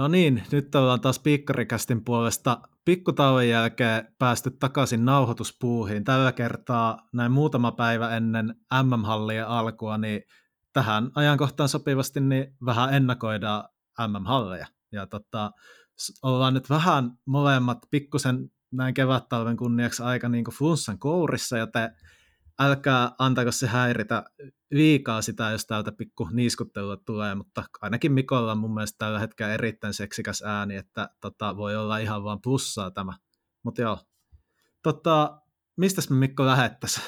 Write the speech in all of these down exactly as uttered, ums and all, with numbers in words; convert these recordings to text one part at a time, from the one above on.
No niin, nyt ollaan taas Piikkarikästin puolesta pikkutauon jälkeen päästy takaisin nauhoituspuuhiin. Tällä kertaa näin muutama päivä ennen M M-hallien alkua, niin tähän ajankohtaan sopivasti niin vähän ennakoidaan M M-halleja. Ja tota, ollaan nyt vähän molemmat pikkusen näin kevättalven kunniaksi aika niin kuin flunssan kourissa, joten älkää antako se häiritä liikaa sitä, jos täältä pikku niiskuttelua tulee, mutta ainakin Mikolla on mun mielestä tällä hetkellä erittäin seksikäs ääni, että tota, voi olla ihan vaan plussaa tämä. Mutta joo, tota, mistäs me Mikko lähettäisiin?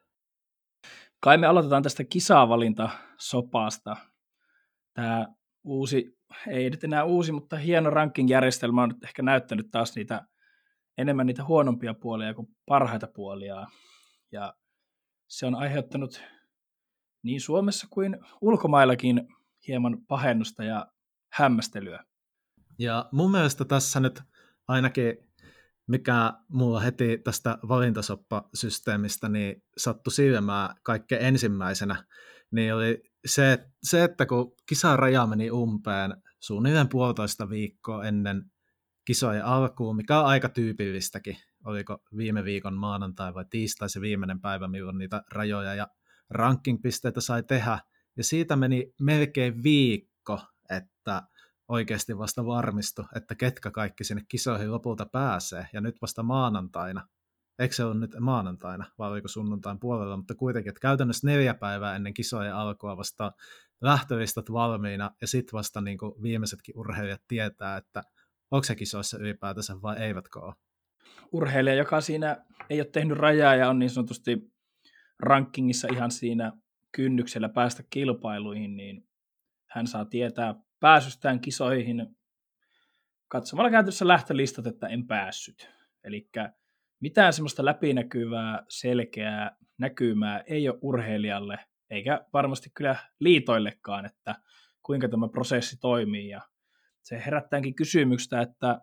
Kai me aloitetaan tästä kisavalintasopasta. Tämä uusi, ei nyt enää uusi, mutta hieno ranking-järjestelmä on nyt ehkä näyttänyt taas niitä, enemmän niitä huonompia puolia kuin parhaita puolia. Ja se on aiheuttanut niin Suomessa kuin ulkomaillakin hieman pahennusta ja hämmästelyä. Ja mun mielestä tässä nyt ainakin, mikä mulla heti tästä valintasoppasysteemistä niin sattui silmään kaikkein ensimmäisenä, niin oli se, se, että kun kisan raja meni umpeen suunnilleen puolitoista viikkoa ennen kisojen alkuun, mikä on aika tyypillistäkin, oliko viime viikon maanantai vai tiistai se viimeinen päivä, milloin niitä rajoja ja ranking-pisteitä sai tehdä, ja siitä meni melkein viikko, että oikeasti vasta varmistui, että ketkä kaikki sinne kisoihin lopulta pääsee, ja nyt vasta maanantaina, eikö se ole nyt maanantaina, vai oliko sunnuntain puolella, mutta kuitenkin, että käytännössä neljä päivää ennen kisojen alkua vasta lähtölistat valmiina, ja sitten vasta niin kuin viimeisetkin urheilijat tietää, että onko se kisoissa ylipäätänsä vai eivätkö ole. Urheilija, joka siinä ei ole tehnyt rajaa ja on niin sanotusti rankingissa ihan siinä kynnyksellä päästä kilpailuihin, niin hän saa tietää pääsystään kisoihin katsomalla käytössä lähtölistat, että en päässyt. Eli mitään semmoista läpinäkyvää, selkeää näkymää ei ole urheilijalle, eikä varmasti kyllä liitoillekaan, että kuinka tämä prosessi toimii. Ja se herättäänkin kysymystä, että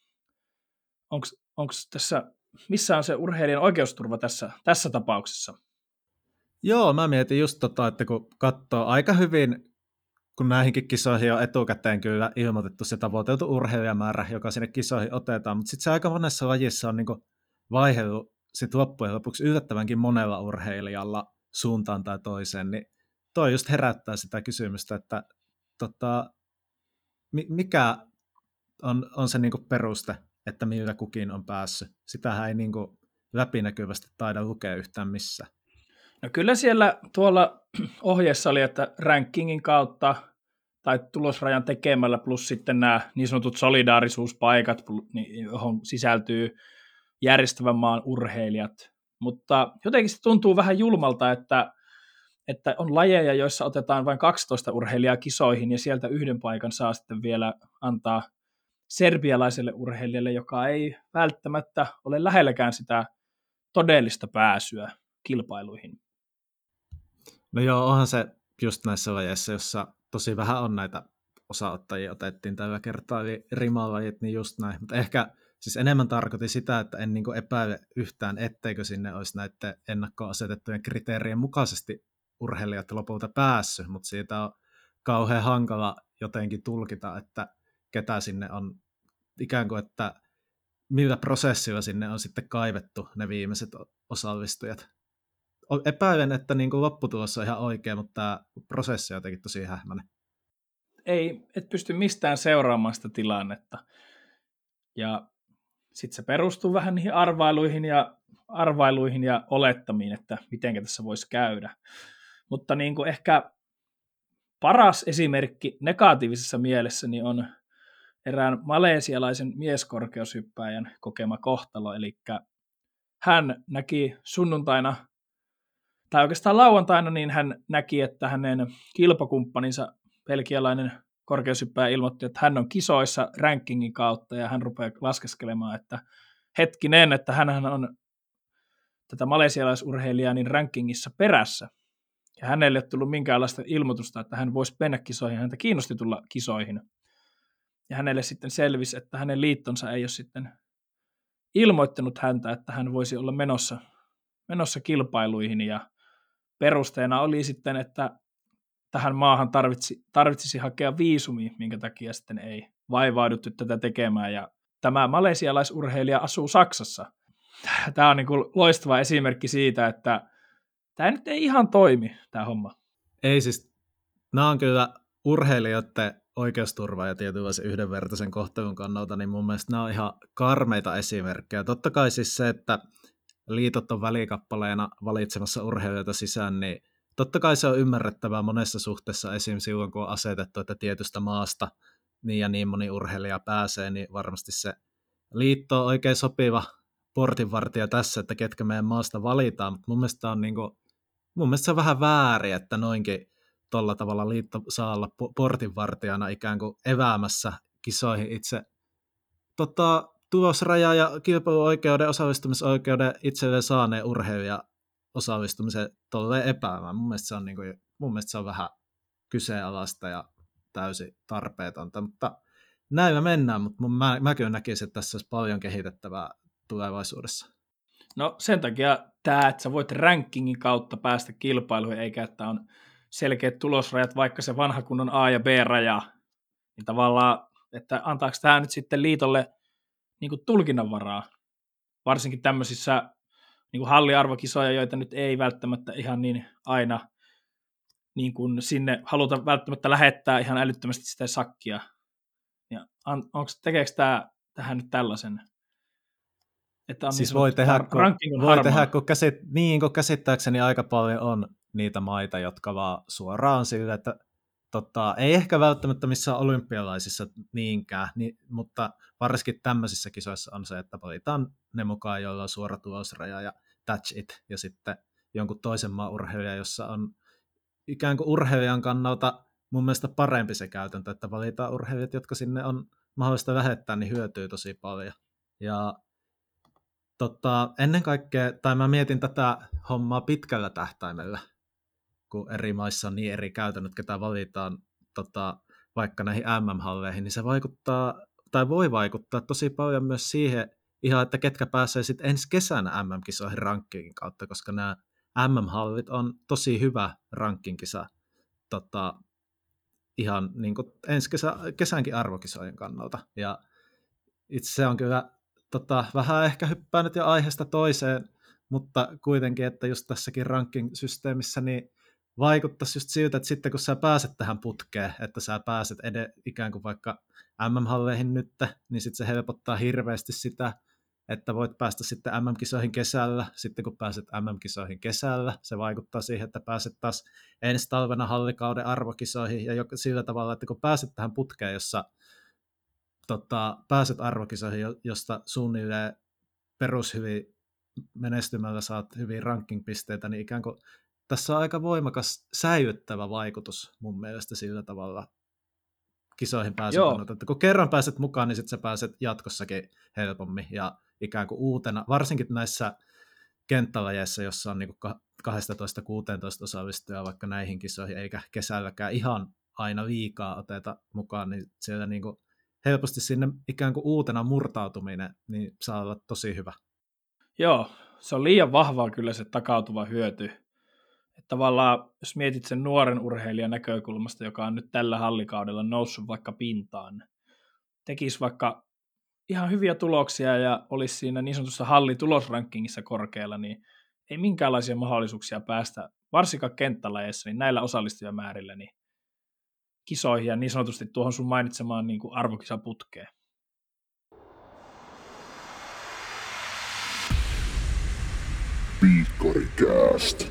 onko tässä, missä on se urheilijan oikeusturva tässä, tässä tapauksessa? Joo, mä mietin just tota, että kun katsoo aika hyvin, kun näihinkin kisoihin on etukäteen kyllä ilmoitettu se tavoiteltu urheilijamäärä, joka sinne kisoihin otetaan, mutta sitten se aika monessa lajissa on niinku vaihdellut sit loppujen lopuksi yllättävänkin monella urheilijalla suuntaan tai toiseen, niin toi just herättää sitä kysymystä, että tota, mikä on, on se niinku peruste, että millä kukin on päässyt. Sitähän ei niinku läpinäkyvästi taida lukea yhtään missään. No kyllä siellä tuolla ohjeessa oli, että rankingin kautta tai tulosrajan tekemällä plus sitten nämä niin sanotut solidaarisuuspaikat, johon sisältyy järjestävän maan urheilijat. Mutta jotenkin se tuntuu vähän julmalta, että, että on lajeja, joissa otetaan vain kaksitoista urheilijaa kisoihin ja sieltä yhden paikan saa sitten vielä antaa serbialaiselle urheilijalle, joka ei välttämättä ole lähelläkään sitä todellista pääsyä kilpailuihin. No joo, onhan se just näissä lajeissa, jossa tosi vähän on näitä osaottajia otettiin tällä kertaa, eli rimalajit, niin just näin. Mutta ehkä siis enemmän tarkoitin sitä, että en niin kuin epäile yhtään, etteikö sinne olisi näiden ennakkoon asetettujen kriteerien mukaisesti urheilijat lopulta päässyt, mutta siitä on kauhean hankala jotenkin tulkita, että ketä sinne on ikään kuin, että millä prosessilla sinne on sitten kaivettu ne viimeiset osallistujat. Epäilen, että niin kuin lopputulos on ihan oikea, mutta tämä prosessi on jotenkin tosi hähmäinen. Ei, et pysty mistään seuraamaan sitä tilannetta. Ja sitten se perustuu vähän niihin arvailuihin ja, arvailuihin ja olettamiin, että miten tässä voisi käydä. Mutta niin kuin ehkä paras esimerkki negatiivisessa mielessä niin on erään maleesialaisen mieskorkeushyppääjän kokema kohtalo, eli hän näki sunnuntaina tai oikeastaan lauantaina, niin hän näki, että hänen kilpakumppaninsa belgialainen korkeushyppääjä ilmoitti, että hän on kisoissa rankingin kautta, ja hän rupeaa laskeskelemaan, että hetkinen, että hän on tätä malesialaisurheilijaa niin rankingissa perässä. Ja hänelle ei ole tullut minkäänlaista ilmoitusta, että hän voisi mennä kisoihin, häntä kiinnosti tulla kisoihin. Ja hänelle sitten selvisi, että hänen liittonsa ei ole sitten ilmoittanut häntä, että hän voisi olla menossa, menossa kilpailuihin, ja perusteena oli sitten, että tähän maahan tarvitsi, tarvitsisi hakea viisumi, minkä takia sitten ei vaivauduttu tätä tekemään, ja tämä malesialaisurheilija asuu Saksassa. Tämä on niin kuin loistava esimerkki siitä, että tämä nyt ei ihan toimi, tämä homma. Ei siis, nämä on kyllä urheilijoiden oikeusturva ja tietynlaisen yhdenvertaisen kohtelun kannalta, niin mun mielestä nämä on ihan karmeita esimerkkejä. Totta kai siis se, että liitot on välikappaleena valitsemassa urheilijoita sisään, niin totta kai se on ymmärrettävää monessa suhteessa, esim. Silloin kun on asetettu, että tietystä maasta niin ja niin moni urheilija pääsee, niin varmasti se liitto on oikein sopiva portinvartija tässä, että ketkä meidän maasta valitaan, mutta mun mielestä on, niin kuin, mun mielestä se on vähän väärin, että noinkin tuolla tavalla liitto saa olla portinvartijana ikään kuin eväämässä kisoihin itse tota, tulosraja ja kilpailuoikeuden, osallistumisoikeuden itselleen saaneen urheilija osallistumisen tolleen epäämään. Mun mielestä se on, niin kuin, mun mielestä se on vähän kyseenalaista ja täysin tarpeetonta, mutta näin me mennään, mutta mä, mä kyllä näkisin, että tässä olisi paljon kehitettävää tulevaisuudessa. No sen takia tämä, että sä voit rankingin kautta päästä kilpailuihin, eikä että on selkeät tulosrajat, vaikka se vanha kunnon A- ja B-raja, niin tavallaan, että antaako tämä nyt sitten liitolle niin kuin tulkinnanvaraa, varsinkin tämmöisissä niin kuin halliarvokisoja, joita nyt ei välttämättä ihan niin aina niin kuin sinne haluta välttämättä lähettää ihan älyttömästi sitä sakkia. Ja onko, tekeekö tämä tähän nyt tällaisen? Että on siis niin voi tehdä, kun, voi harmaa. tehdä kun, käsit, niin, kun käsittääkseni aika paljon on niitä maita, jotka vaan suoraan sille, että tota, ei ehkä välttämättä missään olympialaisissa niinkään, niin, mutta varsinkin tämmöisissä kisoissa on se, että valitaan ne mukaan, joilla on suora tulosraja ja that's it, ja sitten jonkun toisen maan urheilija, jossa on ikään kuin urheilijan kannalta mun mielestä parempi se käytäntö, että valitaan urheilijat, jotka sinne on mahdollista lähettää, niin hyötyy tosi paljon. Ja tota, ennen kaikkea, tai mä mietin tätä hommaa pitkällä tähtäimellä, kun eri maissa on niin eri käytännöt, ketä valitaan tota, vaikka näihin M M-halleihin, niin se vaikuttaa, tai voi vaikuttaa tosi paljon myös siihen, ihan, että ketkä pääsee sitten ensi kesänä M M-kisoihin rankingin kautta, koska nämä M M-hallit on tosi hyvä rankinkisa tota, ihan niin kuin ensi kesä, kesänkin arvokisojen kannalta. Ja itse se on kyllä tota, vähän ehkä hyppäänyt jo aiheesta toiseen, mutta kuitenkin, että just tässäkin ranking-systeemissä niin vaikuttaisi just siltä, että sitten kun sä pääset tähän putkeen, että sä pääset ed- ikään kuin vaikka M M-halleihin nyt, niin sitten se helpottaa hirveästi sitä, että voit päästä sitten M M-kisoihin kesällä, sitten kun pääset M M-kisoihin kesällä, se vaikuttaa siihen, että pääset taas ensi talvena hallikauden arvokisoihin, ja sillä tavalla, että kun pääset tähän putkeen, jossa tota, pääset arvokisoihin, josta suunnilleen perushyvin menestymällä saat hyvin ranking-pisteitä, niin ikään kuin tässä on aika voimakas säilyttävä vaikutus mun mielestä sillä tavalla kisoihin pääsyn kannalta, että kun kerran pääset mukaan, niin sitten sä pääset jatkossakin helpommin ja ikään kuin uutena, varsinkin näissä kenttälajeissa, jossa on niin kaksitoista kuusitoista osallistujaa vaikka näihin kisoihin, eikä kesälläkään ihan aina liikaa oteta mukaan, niin siellä niin kuin helposti sinne ikään kuin uutena murtautuminen niin saa olla tosi hyvä. Joo, se on liian vahvaa kyllä se takautuva hyöty. Että tavallaan, jos mietit sen nuoren urheilijan näkökulmasta, joka on nyt tällä hallikaudella noussut vaikka pintaan, tekisi vaikka ihan hyviä tuloksia ja olisi siinä niin sanotussa hallitulosrankingissa korkealla, niin ei minkäänlaisia mahdollisuuksia päästä, varsinkaan kenttälajeissa, niin näillä osallistujamäärillä niin kisoihin ja niin sanotusti tuohon sun mainitsemaan niin kuin arvokisaputkeen. Piikkarikääst.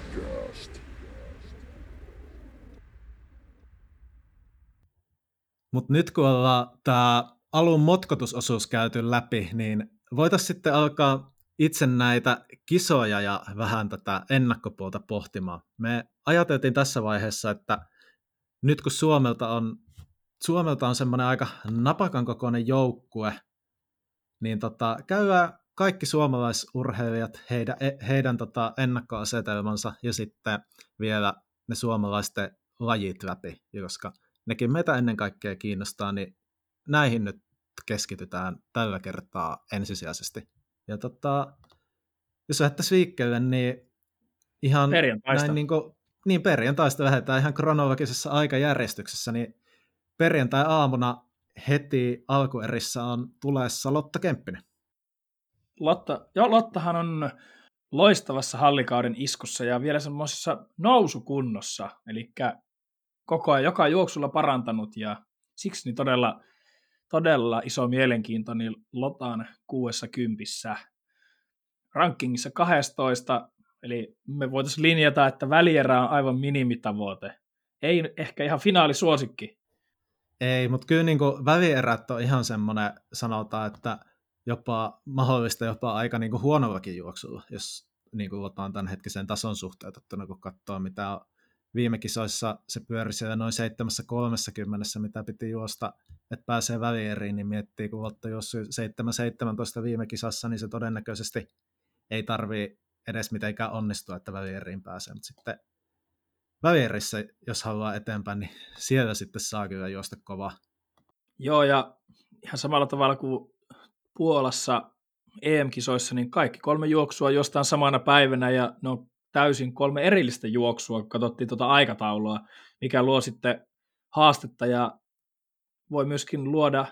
Mutta nyt kun ollaan tämä alun motkotusosuus käyty läpi, niin voitaisiin sitten alkaa itse näitä kisoja ja vähän tätä ennakkopuolta pohtimaan. Me ajateltiin tässä vaiheessa, että nyt kun Suomelta on, Suomelta on semmoinen aika napakan kokoinen joukkue, niin tota, käydään kaikki suomalaisurheilijat, heidän, heidän tota ennakkoasetelmansa ja sitten vielä ne suomalaisten lajit läpi, koska nekin meitä ennen kaikkea kiinnostaa, niin näihin nyt keskitytään tällä kertaa ensisijaisesti. Ja tota, jos lähdettäisiin liikkeelle, niin ihan perjantaista. näin niin kuin, niin perjantaista lähdetään ihan kronologisessa aikajärjestyksessä, niin perjantai-aamuna heti alkuerissä on tulessa Lotta Kemppinen. Lotta, jo, Lottahan on loistavassa hallikauden iskussa ja vielä semmoisessa nousukunnossa, eli koko ajan joka juoksulla parantanut ja siksi niin todella, todella iso mielenkiinto niin Lotan kuudessa kympissä. Rankingissa kaksitoista, eli me voitaisiin linjata, että välierä on aivan minimitavoite. Ei ehkä ihan finaalisuosikki. Ei, mutta kyllä niin välierät on ihan semmoinen, sanotaan, että jopa mahdollista jopa aika niin huonollakin juoksulla, jos niin otetaan tämän hetkisen tason suhteutettuna, kun katsoo, mitä viime kisoissa se pyöri siellä noin seitsemässä kolmekymmentä, mitä piti juosta, että pääsee välieriin, niin miettii, kun Lotta juossui seitsemän seitsemäntoista viime kisassa, niin se todennäköisesti ei tarvitse edes mitenkään onnistua, että välieriin pääsee, mutta sitten välierissä, jos haluaa eteenpäin, niin siellä sitten saa kyllä juosta kovaa. Joo, ja ihan samalla tavalla kuin Puolassa E M-kisoissa, niin kaikki kolme juoksua jostain samana päivänä, ja ne on täysin kolme erillistä juoksua, kun katsottiin tuota aikataulua, mikä luo sitten haastetta, ja voi myöskin luoda,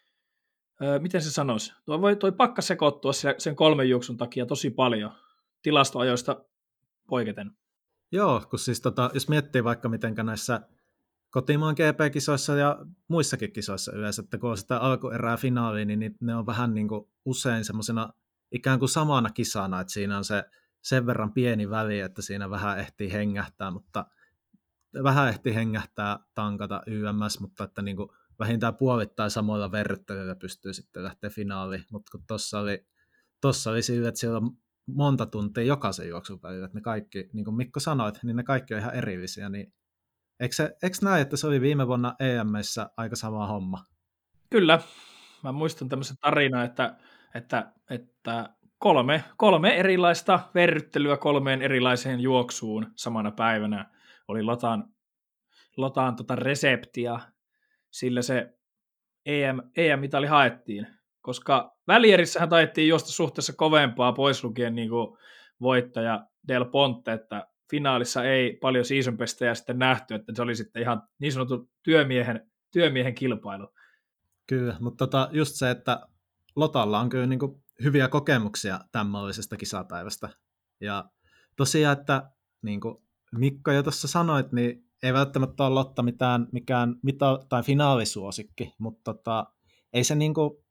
öö, miten se sanoisi, tuo voi toi pakka sekoittua sen kolmen juoksun takia tosi paljon tilastoajoista poiketen. Joo, kun siis tota, jos miettii vaikka mitenkä näissä kotimaan G P-kisoissa ja muissakin kisoissa yleensä, että kun on sitä alkuerää finaaliin, niin ne on vähän niin kuin usein semmoisena ikään kuin samana kisana, että siinä on se sen verran pieni väli, että siinä vähän ehtii hengähtää, mutta vähän ehtii hengähtää, tankata Y M S, mutta että niin kuin vähintään puolittain samoilla verryttelyillä pystyy sitten lähteä finaaliin, mutta kun tuossa oli, tossa oli sillä, että siellä on monta tuntia jokaisen juoksun välillä, että ne kaikki, niin kuin Mikko sanoit, niin ne kaikki on ihan erillisiä, niin Eikö, se, eikö näin, että se oli viime vuonna E M:ssä aika sama homma? Kyllä. Mä muistan tämmöisen tarinan, että, että, että kolme, kolme erilaista verryttelyä kolmeen erilaiseen juoksuun samana päivänä oli Lotan, Lotan tota reseptiä, sillä se E M, E M-mitali haettiin, koska välierissähän taittiin juosta suhteessa kovempaa pois lukien niin kuin voittaja Del Ponte, että finaalissa ei paljon season bestejä sitten nähty, että se oli sitten ihan niin sanottu työmiehen, työmiehen kilpailu. Kyllä, mutta tota, just se, että Lotalla on kyllä niin kuin hyviä kokemuksia tämänmallisesta kisapäivästä. Ja tosiaan, että niin kuin Mikko jo tuossa sanoit, niin ei välttämättä ole Lotta mitään, mikään mita- tai finaalisuosikki, mutta tota, ei se niin kuin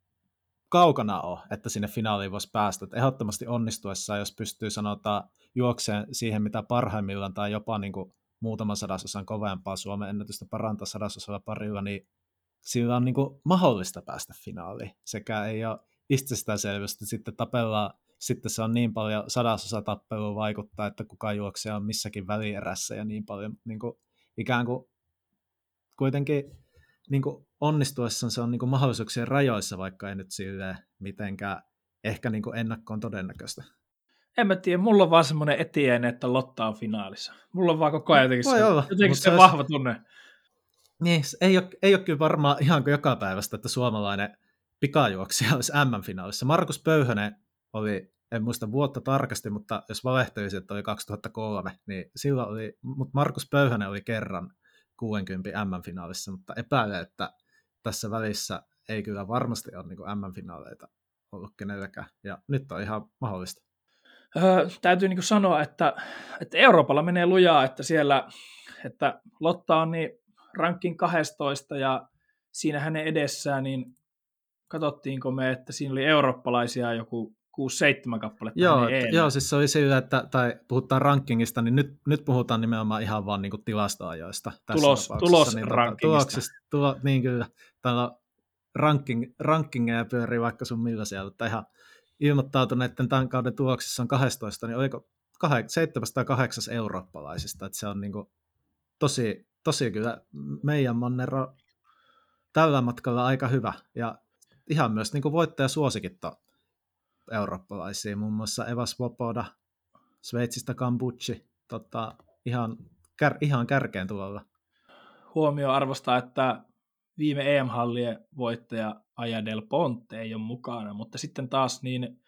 kaukana ole, että sinne finaaliin voisi päästä. Että ehdottomasti onnistuessaan, jos pystyy sanotaan juokseen siihen, mitä parhaimmillaan, tai jopa niin kuin muutaman sadasosan kovempaa Suomen ennätystä parantaa sadasosalla parilla, niin sillä on niin kuin mahdollista päästä finaaliin. Sekä ei ole itsestäänselvästi, sitten tapellaan, sitten se on niin paljon sadasosa tappelua vaikuttaa, että kuka juoksee on missäkin välierässä ja niin paljon niin kuin, ikään kuin kuitenkin niin kuin onnistuessaan se on niin kuin mahdollisuuksien rajoissa, vaikka ei nyt silleen mitenkään ehkä niin kuin ennakkoon todennäköistä. En mä tiedä, mulla on vaan semmoinen etiäinen, että Lotta on finaalissa. Mulla on vaan koko ajan jotenkin, se, olla, jotenkin se, se olisi... vahva tunne. Niin, ei ole, ei ole kyllä varmaan ihan kuin joka päivästä, että suomalainen pikajuoksija olisi M M-finaalissa. Markus Pöyhönen oli, en muista vuotta tarkasti, mutta jos valehtelisin, että oli kaksituhattakolme, niin silloin oli, mutta Markus Pöyhönen oli kerran kuusikymmentä M M-finaalissa, mutta epäilen, että tässä välissä ei kyllä varmasti ole niin kuin M M-finaaleita ollut kenelläkään, ja nyt on ihan mahdollista. Öö, täytyy niin kuin sanoa, että, että Euroopalla menee lujaa, että siellä, että Lotta on niin rankin kaksitoista, ja siinä hänen edessään, niin katsottiinko me, että siinä oli eurooppalaisia joku kuusi seitsemän kappaletta. Joo, t- joo, siis se oli sillä, että tai puhutaan rankingista, niin nyt, nyt puhutaan nimenomaan ihan vaan niin kuin tilastoajoista. Tulos, tulos niin, tota, tuloksista. Tulo, niin kyllä, täällä ranking, rankingeja pyörii vaikka sun millä siellä, että ihan ilmoittautuneiden tämän kauden tuloksissa on kaksitoista, niin oliko seitsemästä kahdeksasta eurooppalaisista, että se on niin kuin tosi, tosi kyllä meidän mannero tällä matkalla aika hyvä, ja ihan myös niin kuin voittajasuosikit on eurooppalaisia, muun muassa Eva Svoboda, Sveitsistä Cambucci, tota, ihan, kär, ihan kärkeen tulolla. Huomio arvostaa, että viime E M-hallien voittaja Aya Del Ponte ei ole mukana, mutta sitten taas niin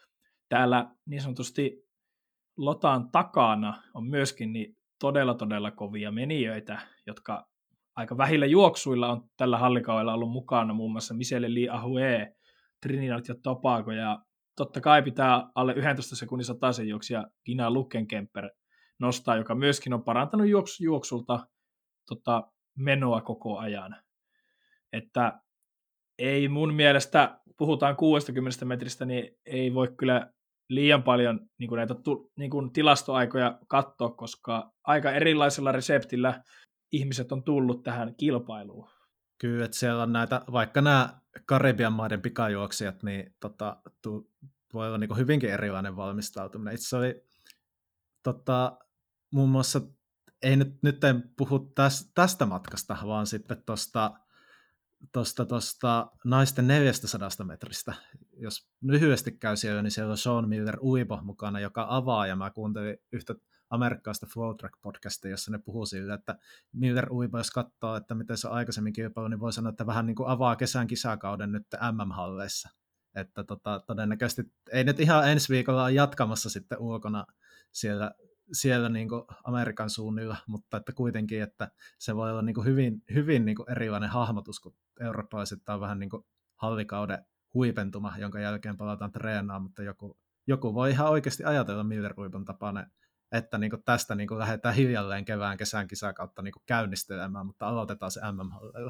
täällä niin sanotusti Lotan takana on myöskin niin todella todella kovia menijöitä, jotka aika vähillä juoksuilla on tällä hallikaudella ollut mukana muun muassa Michele Lee Ahue, Trinidad ja Tobago, ja totta kai pitää alle yhdentoista sekunnin sataisen juoksija Gina Luckenkemper nostaa, joka myöskin on parantanut juoksu, juoksulta tota, menoa koko ajan. Että ei mun mielestä, puhutaan kuusikymmentä metristä, niin ei voi kyllä liian paljon niin kuin näitä tu, niin kuin tilastoaikoja katsoa, koska aika erilaisella reseptillä ihmiset on tullut tähän kilpailuun. Kyllä, että siellä on näitä, vaikka nämä Karibian maiden pikajuoksijat, niin tota, tu, voi olla niin kuin hyvinkin erilainen valmistautuminen. Itse oli tota, muun muassa, ei nyt, nyt en puhu täs, tästä matkasta, vaan sitten tuosta Tuosta, tuosta naisten neljästäsadasta metristä. Jos lyhyesti käy siellä, niin siellä on Sean Miller Uibo mukana, joka avaa, ja mä kuuntelin yhtä amerikkalaista FlowTrack-podcastia, jossa ne puhuu sille, että Miller Uibo, jos katsoo, että miten se on aikaisemmin kilpailu, niin voi sanoa, että vähän niin kuin avaa kesän kisakauden nyt M M-halleissa. Että tota, todennäköisesti ei nyt ihan ensi viikolla ole jatkamassa sitten ulkona siellä, siellä niin kuin Amerikan suunnilla, mutta että kuitenkin, että se voi olla niin kuin hyvin, hyvin niin kuin erilainen hahmotus, kun eurooppalaiset on vähän niin kuin hallikauden huipentuma, jonka jälkeen palataan treenaamaan, mutta joku, joku voi ihan oikeasti ajatella Miller Uibon tapainen, että niin kuin tästä niin kuin lähdetään hiljalleen kevään kesän kisakautta niin kuin käynnistelemään, mutta aloitetaan se M M-halleilla.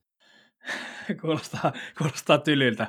kuulostaa, kuulostaa tylyltä.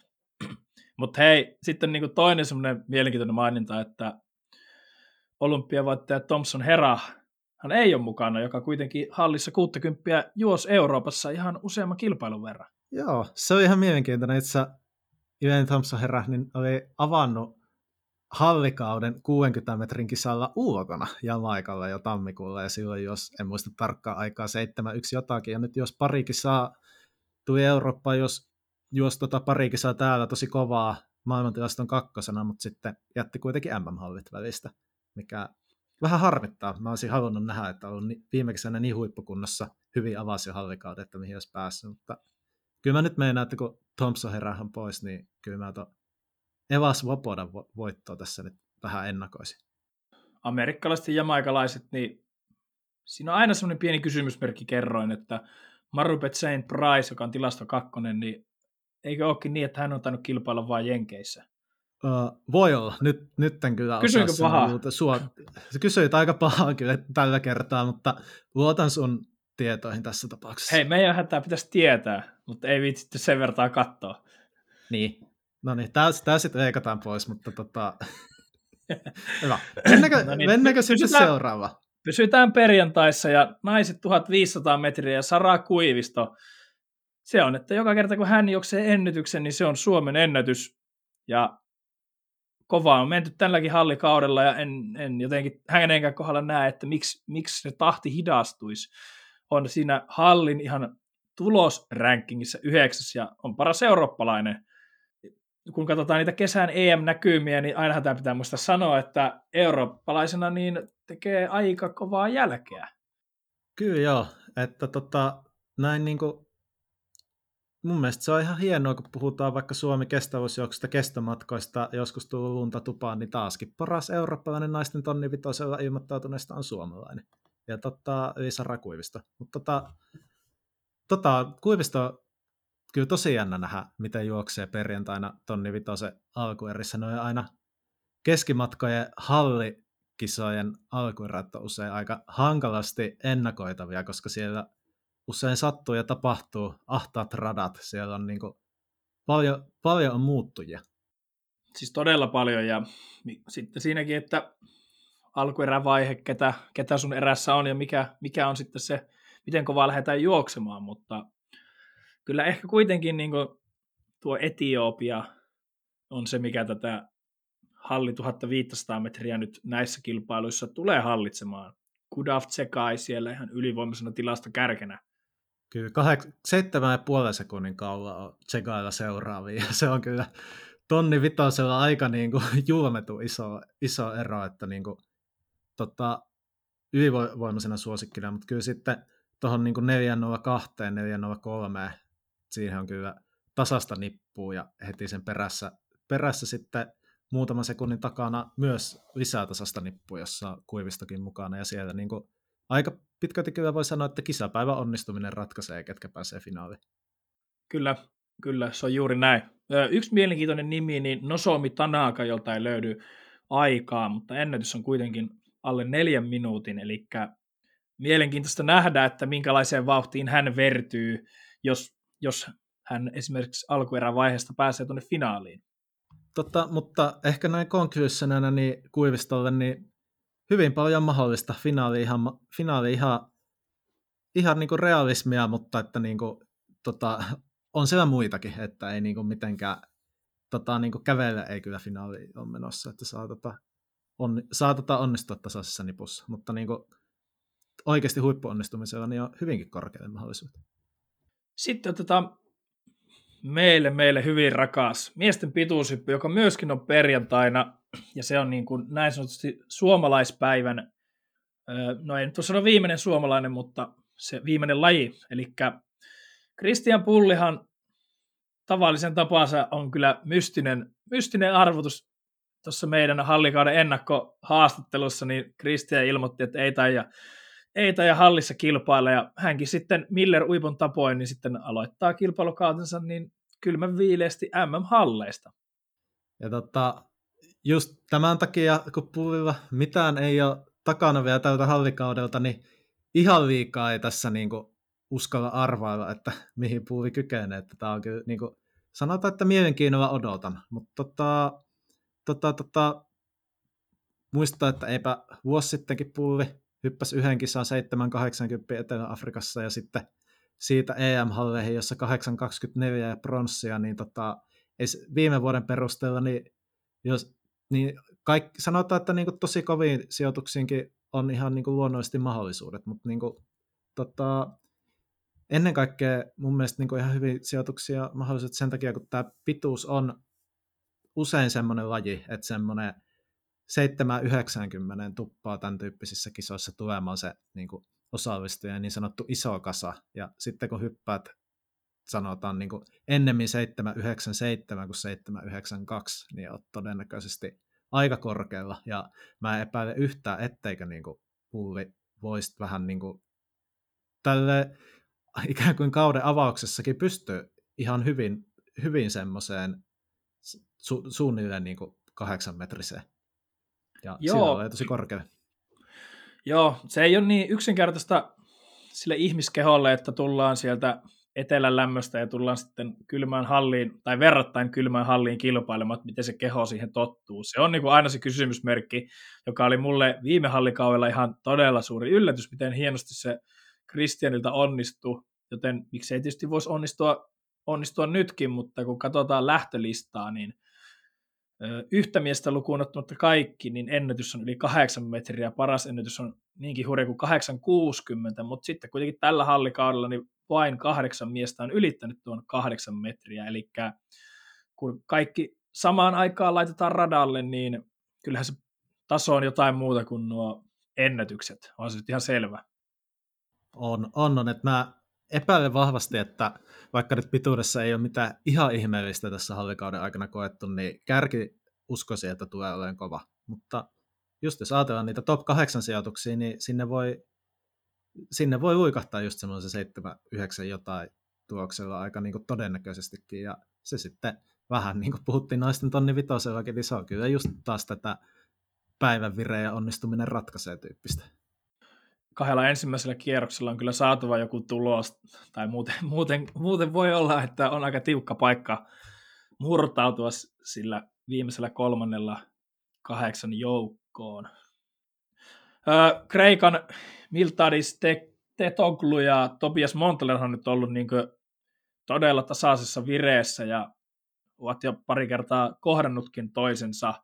Mutta hei, sitten niin kuin toinen semmoinen mielenkiintoinen maininta, että olympiavoittaja Thompson Herah, hän ei ole mukana, joka kuitenkin hallissa kuusikymmentä juosi Euroopassa ihan useamman kilpailun verran. Joo, se on ihan mielenkiintoinen. Itse Elaine Thompson Herah niin oli avannut hallikauden kuudenkymmenen metrin kisalla ulkona Jamaikalla jo tammikuulla, ja silloin, jos en muista tarkkaan aikaa, seitsemän yksi jotakin, ja nyt jos pari kisaa tuli Eurooppaan, jos juosi tota pari kisaa täällä tosi kovaa maailmantilaston kakkosena, mutta sitten jätti kuitenkin M M-hallit välistä, mikä vähän harmittaa. Mä olisin halunnut nähdä, että on viime kesänä niin huippukunnossa hyvin avasi jo hallikaudet, että mihin olisi päässyt, mutta kyllä mä nyt meinaan, että kun Thompson Herah pois, niin kyllä mä tuon Eva Svobodan voittoa tässä nyt vähän ennakoisin. Amerikkalaiset ja jamaikalaiset, niin siinä on aina semmoinen pieni kysymysmerkki kerroin, että Marupet Saint Price, joka on tilasto kakkonen, niin eikö olekin niin, että hän on tainnut kilpailla vain Jenkeissä? Uh, voi olla. Nyt, nyt en kyllä Kysynkö osaa pahaa? Sua, sä kysyit aika pahaa kyllä tällä kertaa, mutta luotan sun tietoihin tässä tapauksessa. Hei, meidän hätää pitäisi tietää, mutta ei viitsitty sen vertaa katsoa. Niin. No niin, tää, tää sitten leikataan pois, mutta tota... Hyvä. Mennäänkö, no niin, mennäänkö sitten seuraava? Pysytään perjantaissa ja naiset tuhatviisisataa metriä ja Sara Kuivisto. Se on, että joka kerta kun hän juoksee ennätyksen, niin se on Suomen ennätys. Ja kovaa on menty tälläkin hallikaudella ja en, en jotenkin hänenkään kohdalla näe, että miksi, miksi se tahti hidastuisi. On siinä hallin ihan tulosrankingissa yhdeksäs ja on paras eurooppalainen. Kun katsotaan niitä kesän E M-näkymiä, niin ainahan tämä pitää muistaa sanoa, että eurooppalaisena niin tekee aika kovaa jälkeä. Kyllä joo, että tota, näin niin kuin, mun mielestä se on ihan hienoa, kun puhutaan vaikka Suomi kestävyysjuoksusta, kestomatkoista, joskus tullut lunta tupaan, niin taaskin paras eurooppalainen naisten tonnivitosella ilmoittautuneesta on suomalainen. Ja tota, Sara Kuivisto. Mutta tota, tota, Kuivisto kyllä tosi jännä nähdä, miten juoksee perjantaina tonnivitosen alkuerissä. Ne on aina keskimatkojen hallikisojen alkuerät on usein aika hankalasti ennakoitavia, koska siellä usein sattuu ja tapahtuu ahtaat radat. Siellä on niin kuin paljon, paljon on muuttujia. Siis todella paljon, ja sitten siinäkin, että alkuerävaihe, ketä, ketä sun erässä on ja mikä, mikä on sitten se, miten kovaa lähdetään juoksemaan, mutta kyllä ehkä kuitenkin niin kuin tuo Etiopia on se, mikä tätä halli tuhatviisisataa metriä nyt näissä kilpailuissa tulee hallitsemaan. Kudaf Tsekai siellä ihan ylivoimaisena tilasta kärkenä. Kyllä, kahek- seitsemän ja puolen sekunnin kaula on Tsekailla seuraavia, ja se on kyllä tonni vitosella aika niin kuin julmetu iso, iso ero, että niin kuin, tota, ylivoimaisena suosikkina, mutta kyllä sitten tuohon niin neljä nolla kaksi, neljä nolla kolme, siihen on kyllä tasasta nippua, ja heti sen perässä, perässä sitten muutaman sekunnin takana myös lisää tasasta nippua, jossa on Kuivistokin mukana, ja siellä niin kuin aika pitkälti kyllä voi sanoa, että kisapäivän onnistuminen ratkaisee, ketkä pääsee finaaliin. Kyllä, kyllä, se on juuri näin. Yksi mielenkiintoinen nimi, niin Nozomi Tanaka, jolta ei löydy aikaa, mutta ennätys on kuitenkin alle neljän minuutin, eli mielenkiintoista nähdä, että minkälaiseen vauhtiin hän vertyy, jos, jos hän esimerkiksi alkuerän vaiheesta pääsee tuonne finaaliin. Totta, mutta ehkä näin conclusionana niin Kuivistolle niin hyvin paljon mahdollista finaali ihan, finaali ihan, ihan niin kuin realismia, mutta että niin kuin, tota, on siellä muitakin, että ei niin kuin mitenkään tota, niin kuin kävellä ei kyllä finaali ole menossa, että saa, tota, on, saa tota onnistua tasaisessa nipussa, mutta niin kuin, oikeasti huippuonnistumisella niin on hyvinkin korkeat mahdollisuudet. Sitten otetaan meille, meille hyvin rakas miesten pituushyppy, joka myöskin on perjantaina, ja se on niin kuin näin sanotusti suomalaispäivän, no ei nyt ole sanoa viimeinen suomalainen, mutta se viimeinen laji, eli Christian Pullihan tavallisen tapansa on kyllä mystinen, mystinen arvotus tuossa meidän hallikauden ennakkohaastattelussa, niin Christian ilmoitti, että ei taida, ei taida hallissa kilpailla, ja hänkin sitten Miller Uipon tapoin niin sitten aloittaa kilpailukautensa niin kylmän viileästi M M-halleista. Ja tota, just tämän takia, kun Pullilla mitään ei ole takana vielä tältä hallikaudelta, niin ihan liikaa ei tässä niinku uskalla arvailla, että mihin Pulli kykenee. Että tämä on kyllä, niinku, sanotaan, että mielenkiinnolla odotan. Mutta tota, tota, tota, muistaa, että eipä vuosi sittenkin Pulli hyppäsi yhden kisan seitsemän kahdeksankymmentä Etelä-Afrikassa ja sitten siitä E M-halleihin, jossa kahdeksan kaksikymmentäneljä ja pronssia, niin tota, ei, viime vuoden perusteella, niin, jos, niin kaikki, sanotaan, että niin kuin tosi koviin sijoituksiinkin on ihan niin kuin luonnollisesti mahdollisuudet, mutta niin kuin, tota, ennen kaikkea mun mielestä niin kuin ihan hyviä sijoituksia mahdollisuudet sen takia, kun tämä pituus on usein semmoinen laji, että semmoinen seitsemän yhdeksänkymmentä tuppaa tämän tyyppisissä kisoissa tulemaan se niin kuin osallistuja niin sanottu iso kasa, ja sitten kun hyppäät sanotaan niin kuin ennemmin seitsemän yhdeksänkymmentäseitsemän kuin seitsemän yhdeksänkymmentäkaksi, niin olet todennäköisesti aika korkealla, ja mä en epäile yhtään, etteikö niin kuin Pulli voisi vähän niin kuin tälle ikään kuin kauden avauksessakin pystyy ihan hyvin, hyvin semmoiseen su- suunnilleen niin kuin kahdeksan metriseen. Ja Joo. sillä on tosi korkea. Joo, se ei ole niin yksinkertaista sille ihmiskeholle, että tullaan sieltä etelän lämmöstä ja tullaan sitten kylmään halliin, tai verrattain kylmään halliin kilpailemaan, että miten se keho siihen tottuu. Se on niin kuin aina se kysymysmerkki, joka oli mulle viime hallikaudella ihan todella suuri yllätys, miten hienosti se Christianilta onnistui, joten miksei tietysti voisi onnistua, onnistua nytkin, mutta kun katsotaan lähtölistaa, niin yhtä miestä lukuun ottamatta kaikki, niin ennätys on yli kahdeksan metriä, paras ennätys on niinkin hurja kuin kahdeksan kuusikymmentä, mutta sitten kuitenkin tällä hallikaudella niin vain kahdeksan miestä on ylittänyt tuon kahdeksan metriä, eli kun kaikki samaan aikaan laitetaan radalle, niin kyllähän se taso on jotain muuta kuin nuo ennätykset, on se nyt ihan selvä. On, on, on että mä epäilen vahvasti, että vaikka nyt pituudessa ei ole mitään ihan ihmeellistä tässä hallikauden aikana koettu, niin kärki uskoisin, että tulee olemaan kova. Mutta just jos ajatellaan niitä top kahdeksan sijoituksia, niin sinne voi, sinne voi luikahtaa just semmoisen seitsemän yhdeksän jotain tuloksella aika niin kuin todennäköisestikin. Ja se sitten vähän niin kuin puhuttiin naisten tonni vitosellakin, niin se on kyllä just taas tätä päivän vireen ja onnistuminen ratkaisee tyyppistä. Kahdella ensimmäisellä kierroksella on kyllä saatava joku tulos, tai muuten, muuten, muuten voi olla, että on aika tiukka paikka murtautua sillä viimeisellä kolmannella kahdeksan joukkoon. Öö, Kreikan Miltadis Tetoglu ja Tobias Montler on nyt ollut niin kuin todella tasaisessa vireessä ja ovat jo pari kertaa kohdannutkin toisensa.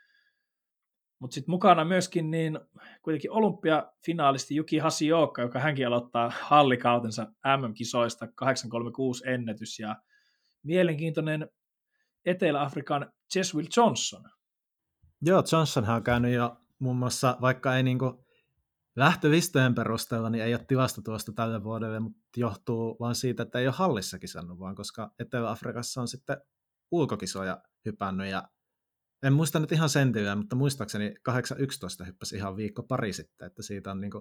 Mutta sitten mukana myöskin niin kuitenkin olympiafinaalisti Yuki Hashioka, joka hänkin aloittaa hallikautensa M M-kisoista kahdeksan kolmekymmentäkuusi ennätys ja mielenkiintoinen Etelä-Afrikan Jeswil Johnson. Joo, Johnsonhan on käynyt jo muun muassa, vaikka ei niinku lähtölistojen perusteella, niin ei ole tilastotuosta tälle vuodelle, mutta johtuu vain siitä, että ei ole hallissa kisannut, vaan koska Etelä-Afrikassa on sitten ulkokisoja hypännyt ja en muista nyt ihan sentillä, mutta muistaakseni kahdeksan yksitoista hyppäsi ihan viikko pari sitten, että siitä on niinku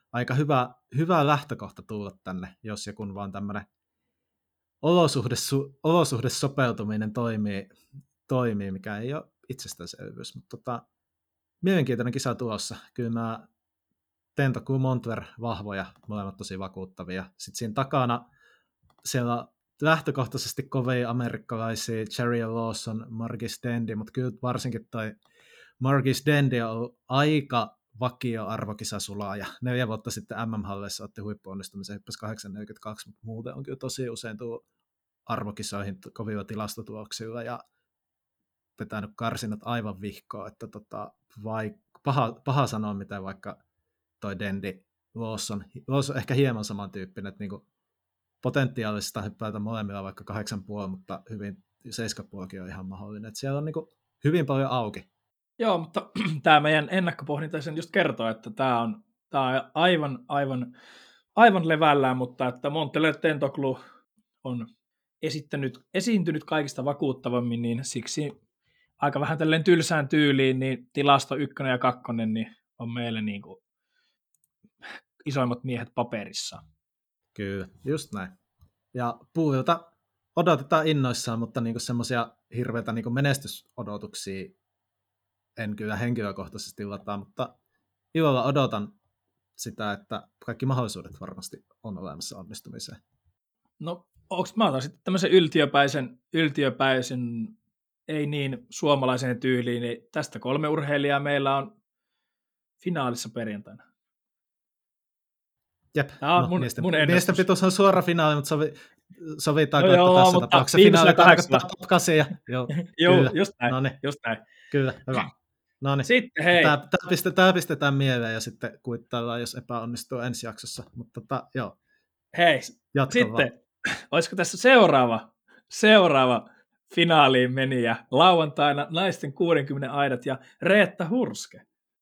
aika hyvä, hyvä lähtökohta tulla tänne, jos ja kun vaan tämmöinen olosuhdesu, olosuhdesopeutuminen toimii, toimii, mikä ei ole itsestäänselvyys. Mutta tota, mielenkiintoinen kisa tulossa. Kyllä mä Tento kuin Montver vahvoja, molemmat tosi vakuuttavia. Sitten siinä takana siellä lähtökohtaisesti kovia amerikkalaisia, Jerry Lawson, Margis Dendy, mutta kyllä varsinkin toi Margis Dendy on ollut aika vakio arvokisasulaaja. Neljä vuotta sitten M M-halleissa otti huippuonnistumisen, hyppäsi kahdeksan neljäkymmentäkaksi, mutta muuten on kyllä tosi usein tullut arvokisoihin kovilla tilastotuloksilla ja vetänyt karsinat aivan vihkoon, että tota, vai, paha, paha sanoa, miten vaikka toi Dendy Lawson, Lawson ehkä hieman samantyyppinen, että niinku potentiaalista hyppäitä molemmilla vaikka kahdeksan puoli, mutta hyvin seitsemän puolikin on ihan mahdollinen, että siellä on niinku hyvin paljon auki. Joo, mutta tämä meidän ennakkopohdinta sen just kertoo, että tämä on, tämä on aivan, aivan, aivan levällään, mutta että Montelle Tentoklu on esittänyt, esiintynyt kaikista vakuuttavammin, niin siksi aika vähän tälleen tylsään tyyliin, niin tilasto ykkönen ja kakkonen niin on meille niin kuin isoimmat miehet paperissa. Kyllä, just näin. Ja Puuvilta odotetaan innoissaan, mutta niinku semmoisia hirveitä niinku menestysodotuksia en kyllä henkilökohtaisesti lataa, mutta ilolla odotan sitä, että kaikki mahdollisuudet varmasti on olemassa onnistumiseen. No, onko mä otan sitten tämmöisen yltiöpäisen, yltiöpäisen, ei niin suomalaisen tyyliin, niin tästä kolme urheilijaa meillä on finaalissa perjantaina. Jep, Tämä on no, mun, miesten, mun miesten pituus on suora finaali, mutta sovi, sovitaanko, no että joo, tässä tapauksessa finaali tarkoittaa top kahdeksan. Joo, joo just näin, Noniin. just näin. Kyllä, hyvä. No niin. Sitten hei. Tämä, tämä, pistetään, tämä pistetään mieleen ja sitten kuittaillaan, jos epäonnistuu ensi jaksossa. Mutta tota, joo. Hei, Jatka sitten vaan. Olisiko tässä seuraava, seuraava finaaliin menijä lauantaina naisten kuudenkymmenen aidat ja Reetta Hurske?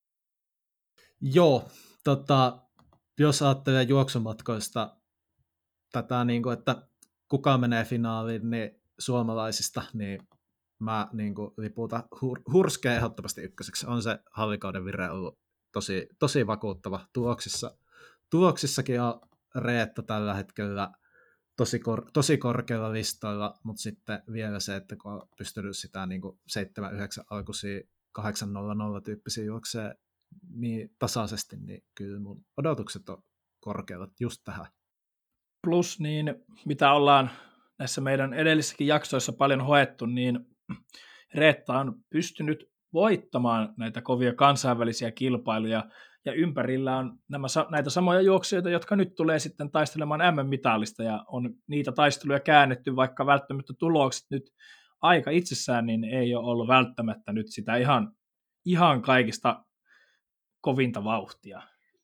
Joo, tota, jos ajattelee juoksumatkoista tätä, niin kuin, että kuka menee finaaliin niin suomalaisista, niin mä niin kuin, liputan hur- Hurskeen ehdottomasti ykköseksi. On se hallikauden vire ollut tosi, tosi vakuuttava. Tuloksissa, tuloksissakin on Reetta tällä hetkellä tosi, kor- tosi korkealla listoilla, mutta sitten vielä se, että kun on pystynyt sitä niin seitsemän yhdeksän alkuisia kahdeksan nolla nolla tyyppisiä juoksee niin tasaisesti, niin kyllä mun odotukset on korkealla just tähän. Plus niin, mitä ollaan näissä meidän edellisissäkin jaksoissa paljon hoettu, niin Reetta on pystynyt voittamaan näitä kovia kansainvälisiä kilpailuja, ja ympärillä on nämä, näitä samoja juoksijoita, jotka nyt tulee sitten taistelemaan M M-mitallista, ja on niitä taisteluja käännetty, vaikka välttämättä tulokset nyt aika itsessään, niin ei ole ollut välttämättä nyt sitä ihan, ihan kaikista kovinta vauhtia.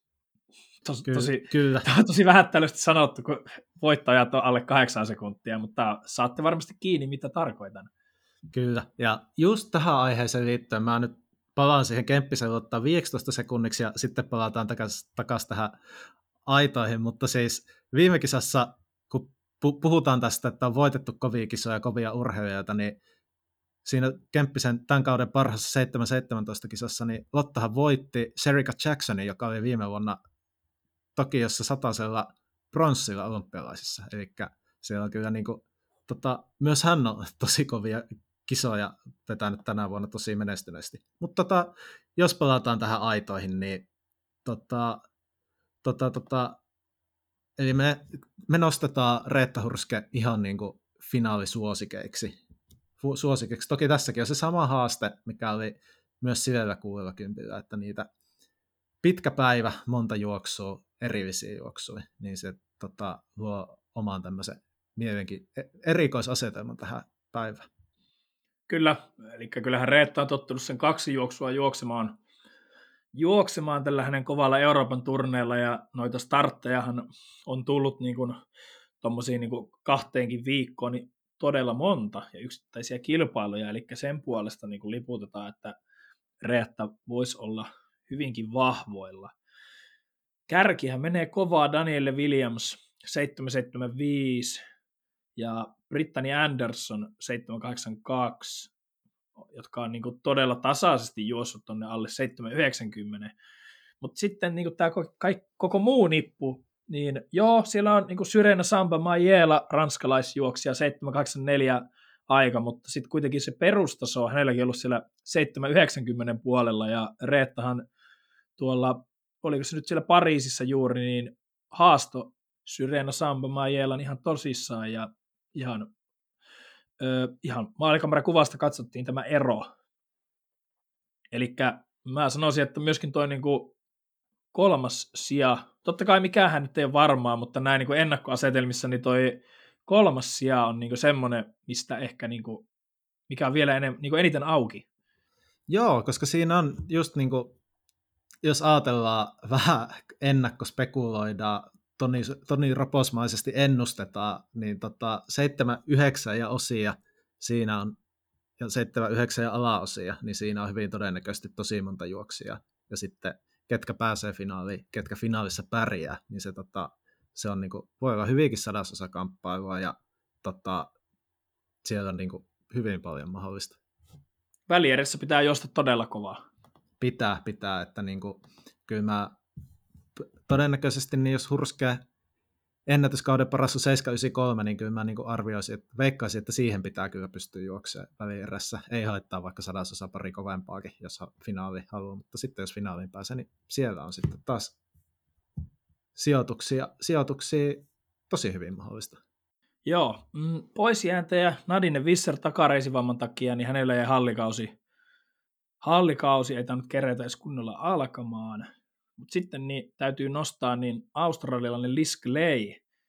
Tos, Ky- tosi, kyllä. tosi vähättelysti sanottu, kun voittajat on alle kahdeksan sekuntia, mutta saatte varmasti kiinni, mitä tarkoitan. Kyllä, ja just tähän aiheeseen liittyen mä nyt palaan siihen Kemppisen ottaa viisitoista sekunniksi ja sitten palataan takaisin takas tähän aitoihin, mutta siis viime kisassa, kun puhutaan tästä, että on voitettu kovia kisoja ja kovia urheilijoita, niin siinä Kemppisen tämän kauden parhaassa seitsemän seitsemäntoista kisassa, niin Lottahan voitti Sherika Jacksonin, joka oli viime vuonna Tokiossa satasella pronssilla olympialaisissa, eli siellä on kyllä niin kuin, tota, myös hän on tosi kovia kisoja vetänyt tänä vuonna tosi menestyneesti. Mutta tota, jos palataan tähän aitoihin, niin tota, tota, tota, eli me, me nostetaan Reetta Hurske ihan niin kuin finaalisuosikeiksi. Suosikeksi. Toki tässäkin on se sama haaste, mikä oli myös sillä kuudella kympillä, että niitä pitkä päivä, monta juoksua, erillisiä juoksuja, niin se tota, luo oman tämmöisen mielenki- erikoisasetelman tähän päivään. Kyllä, eli kyllähän Reetta on tottunut sen kaksi juoksua juoksemaan, juoksemaan tällä hänen kovalla Euroopan turneella, ja noita starttejahan on tullut niin kuin tommosiin niin kuin kahteenkin viikkoon niin todella monta, ja yksittäisiä kilpailuja, eli sen puolesta niin kuin liputetaan, että Reetta voisi olla hyvinkin vahvoilla. Kärkihän menee kovaa Danielle Williams seitsemän seitsemän viisi ja Brittany Anderson seitsemän kahdeksan kaksi, jotka on niin kuin todella tasaisesti juossut tuonne alle seitsemän yhdeksänkymmentä. mutta sitten niin tämä koko muu nippu, niin joo, siellä on niin Syrena Samba Majela, ranskalaisjuoksija, seitsemän kahdeksankymmentäneljä aika, mutta sitten kuitenkin se perustaso on hänelläkin ollut siellä seitsemän yhdeksänkymmentä puolella, ja Reettahan tuolla, oliko se nyt siellä Pariisissa juuri, niin haasto Syrena Samba Majelan ihan tosissaan, ja ihan, ö, ihan maalikamerakuvasta katsottiin tämä ero. Eli mä sanoisin, että myöskin toi niinku kolmas sija, totta kai mikähän nyt ei ole varmaa, mutta näin niinku ennakkoasetelmissa, niin toi kolmas sija on niinku semmoinen, mistä ehkä, niinku, mikä on vielä enem, niinku eniten auki. Joo, koska siinä on just niinku, jos ajatellaan vähän ennakkospekuloidaan, Toni, Toni Roposmaisesti ennustetaan, niin tota, seitsemän, yhdeksän ja osia siinä on, ja seitsemän, yhdeksän ja alaosia, niin siinä on hyvin todennäköisesti tosi monta juoksia. Ja sitten ketkä pääsee finaaliin, ketkä finaalissa pärjää, niin se, tota, se on niinku, voi olla hyvinkin sadasosa kamppailua, ja tota, siellä on niinku hyvin paljon mahdollista. Välierissä pitää juosta todella kovaa. Pitää, pitää, että niinku, kyllä mä todennäköisesti, niin jos Hurskee ennätyskauden paras on seitsemän yhdeksänkymmentäkolme, niin kyllä mä niin arvioisin, että veikkaisin, että siihen pitää kyllä pystyä juoksemaan välierässä. Ei haittaa vaikka sadasosa pari kovempaakin, jos finaali haluaa, mutta sitten jos finaaliin pääsee, niin siellä on sitten taas sijoituksia, sijoituksia tosi hyvin mahdollista. Joo, mm, poisjääntäjä Nadine Visser takareisivamman takia, niin hänellä jäi hallikausi. Hallikausi ei tainnut kerätä edes kunnolla alkamaan. Mutta sitten niin, täytyy nostaa niin australialainen Liz Clay,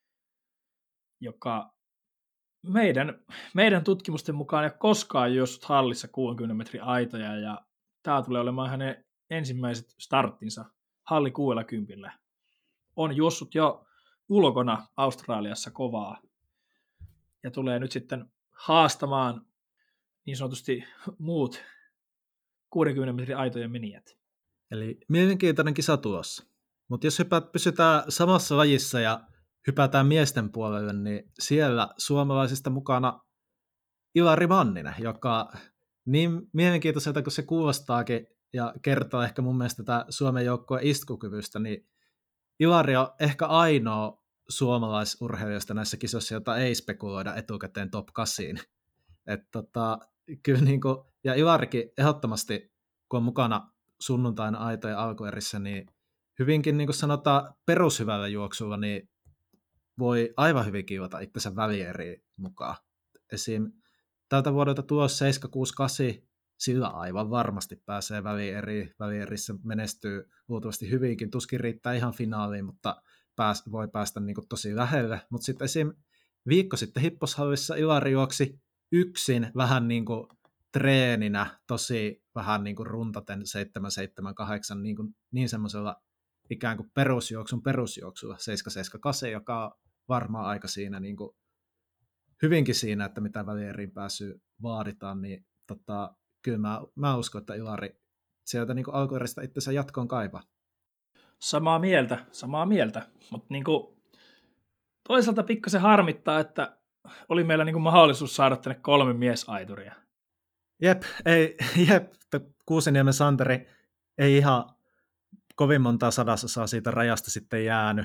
joka meidän, meidän tutkimusten mukaan ei ole koskaan juossut hallissa kuusikymmentä metrin aitoja, ja tämä tulee olemaan hänen ensimmäiset starttinsa halli kuusikymmentä. On juossut jo ulkona Australiassa kovaa, ja tulee nyt sitten haastamaan niin sanotusti muut kuusikymmentä metrin aitojen menijät. Eli mielenkiintoinen kisa tulossa. Mutta jos hypät, pysytään samassa lajissa ja hypätään miesten puolelle, niin siellä suomalaisista mukana Ilari Manninen, joka niin mielenkiintoiselta kuin se kuulostaakin ja kertoo ehkä mun mielestä tätä Suomen joukkueen iskukyvystä, niin Ilari on ehkä ainoa suomalaisurheilijasta näissä kisoissa, jota ei spekuloida etukäteen top kahdeksan. Et tota, kyllä niinku, ja Ilarikin ehdottomasti, kun on mukana sunnuntaina aitojen alkuerissä, niin hyvinkin niin kuin sanotaan perushyvällä juoksulla, niin voi aivan hyvin kiivata itsensä välieriin mukaan. Esim. Tältä vuodelta tulos seitsemän kuusi kahdeksan, sillä aivan varmasti pääsee välieriin. Välierissä menestyy luultavasti hyvinkin, tuskin riittää ihan finaaliin, mutta pääs, voi päästä niin kuin tosi lähelle. Mutta sitten esim. Viikko sitten Hipposhallissa Ilari juoksi yksin vähän niin kuin treeninä, tosi vähän niin kuin runtaten seitsemän seitsemän kahdeksan niin, kuin, niin semmoisella ikään kuin perusjuoksun perusjuoksulla seitsemän seitsemän kahdeksan, joka on varmaan aika siinä niin kuin, hyvinkin siinä, että mitä välieriin pääsyä vaaditaan, niin tota, kyllä mä, mä uskon, että Ilari sieltä niin kuin alkueristä itsensä jatkoon kaipaa. Samaa mieltä, samaa mieltä, mutta niin kuin, toisaalta pikkasen harmittaa, että oli meillä niin kuin mahdollisuus saada tänne kolme miesaituria. Jep, ei, jep, Kuuseniemen Santeri ei ihan kovin montaa sadasosaa siitä rajasta sitten jäänyt.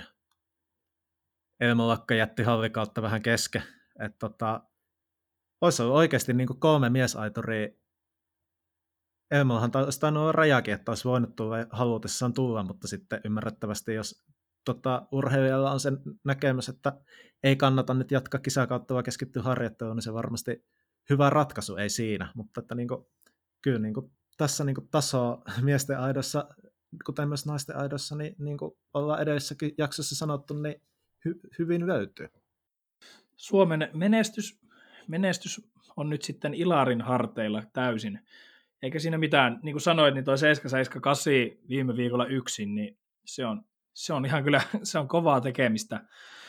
Elmo Lakka jätti hallikautta vähän kesken. Että tota, olisi ollut oikeasti niin kuin kolme miesaituria. Elmollahan olisi tainnut olla rajakin, että olisi voinut tulla halutessaan tulla, mutta sitten ymmärrettävästi, jos tota, urheilijalla on sen näkemys, että ei kannata nyt jatkaa kisakautta, vaan keskittyä harjoitteluun, niin se varmasti hyvä ratkaisu, ei siinä. Mutta että niin kuin, kyllä niin kuin, tässä niin kuin tasoa miesten aidossa, kuten myös naisten aidossa, niin, niin kuin ollaan edellisessäkin jaksossa sanottu, niin hy- hyvin löytyy. Suomen menestys, menestys on nyt sitten Ilarin harteilla täysin. Eikä siinä mitään, niin kuin sanoit, niin toi seitsemän seitsemän kahdeksan viime viikolla yksin, niin se on, se on ihan kyllä, se on kovaa tekemistä.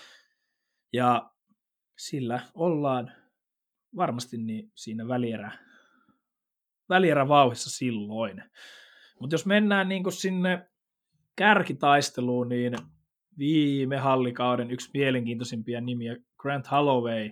Ja sillä ollaan varmasti niin siinä välierä, välierä vauhissa silloin. Mutta jos mennään niin kuin sinne kärkitaisteluun, niin viime hallikauden yksi mielenkiintoisimpia nimiä, Grant Holloway,